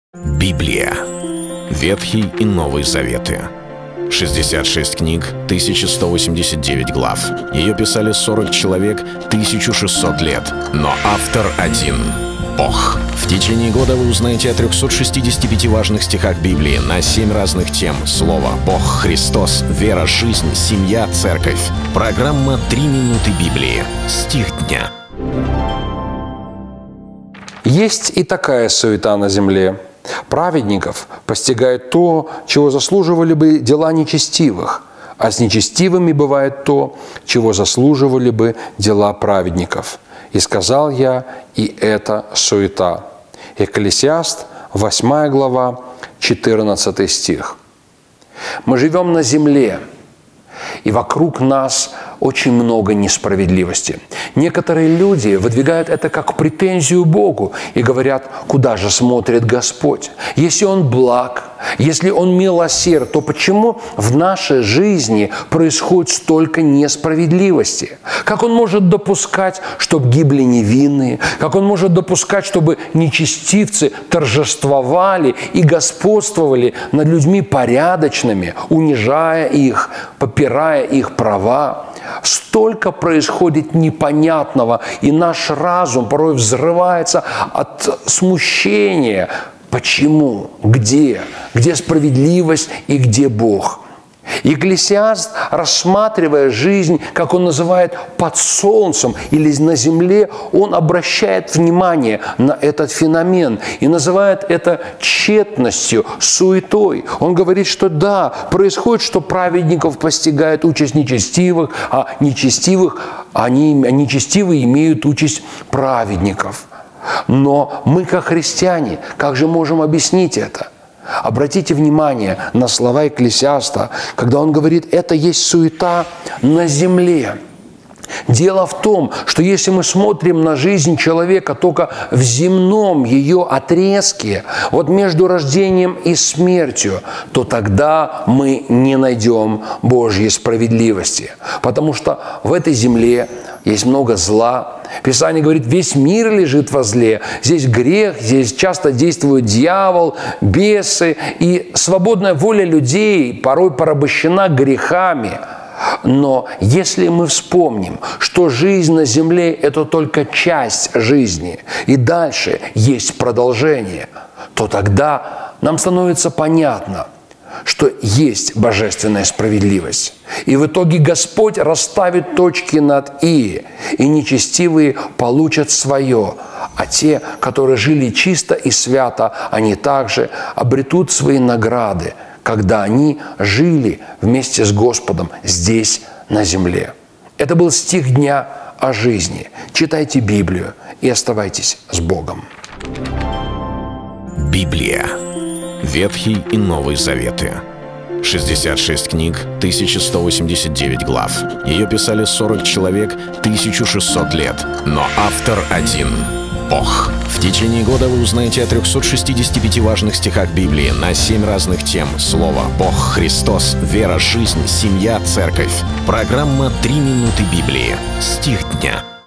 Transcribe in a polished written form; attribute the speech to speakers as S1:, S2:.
S1: Библия. Ветхий и Новый Заветы. 66 книг, 1189 глав. Ее писали 40 человек, 1600 лет. Но автор один — Бог. В течение года вы узнаете о 365 важных стихах Библии на 7 разных тем. Слово, Бог, Христос, вера, жизнь, семья, церковь. Программа «3 минуты Библии». Стих дня.
S2: Есть и такая суета на земле. Праведников постигает то, чего заслуживали бы дела нечестивых, а с нечестивыми бывает то, чего заслуживали бы дела праведников. И сказал я, и это суета. Екклесиаст, 8 глава, 14 стих. Мы живем на земле, и вокруг нас очень много несправедливости. Некоторые люди выдвигают это как претензию Богу и говорят, куда же смотрит Господь? Если Он благ, если Он милосерд, то почему в нашей жизни происходит столько несправедливости? Как Он может допускать, чтобы гибли невинные? Как Он может допускать, чтобы нечестивцы торжествовали и господствовали над людьми порядочными, унижая их, попирая их права? Столько происходит непонятного, и наш разум порой взрывается от смущения. Почему? Где? Где справедливость и где Бог? Екклесиаст, рассматривая жизнь, как он называет, под солнцем или на земле, он обращает внимание на этот феномен и называет это тщетностью, суетой. Он говорит, что да, происходит, что праведников постигает участь нечестивых, а нечестивые имеют участь праведников. Но мы, как христиане, как же можем объяснить это? Обратите внимание на слова Екклесиаста, когда он говорит, это есть суета на земле. Дело в том, что если мы смотрим на жизнь человека только в земном ее отрезке, вот между рождением и смертью, то тогда мы не найдем Божьей справедливости. Потому что в этой земле есть много зла. Писание говорит, весь мир лежит во зле. Здесь грех, здесь часто действует дьявол, бесы. И свободная воля людей порой порабощена грехами. Но если мы вспомним, что жизнь на земле – это только часть жизни, и дальше есть продолжение, то тогда нам становится понятно, что есть божественная справедливость. И в итоге Господь расставит точки над «и», и нечестивые получат свое, а те, которые жили чисто и свято, они также обретут свои награды, когда они жили вместе с Господом здесь, на земле. Это был стих дня о жизни. Читайте Библию и оставайтесь с Богом.
S1: Библия. Ветхий и Новый Заветы. 66 книг, 1189 глав. Ее писали 40 человек, 1600 лет. Но автор один — Бог. В течение года вы узнаете о 365 важных стихах Библии на 7 разных тем. Слово, Бог, Христос, вера, жизнь, семья, церковь. Программа «3 минуты Библии». Стих дня.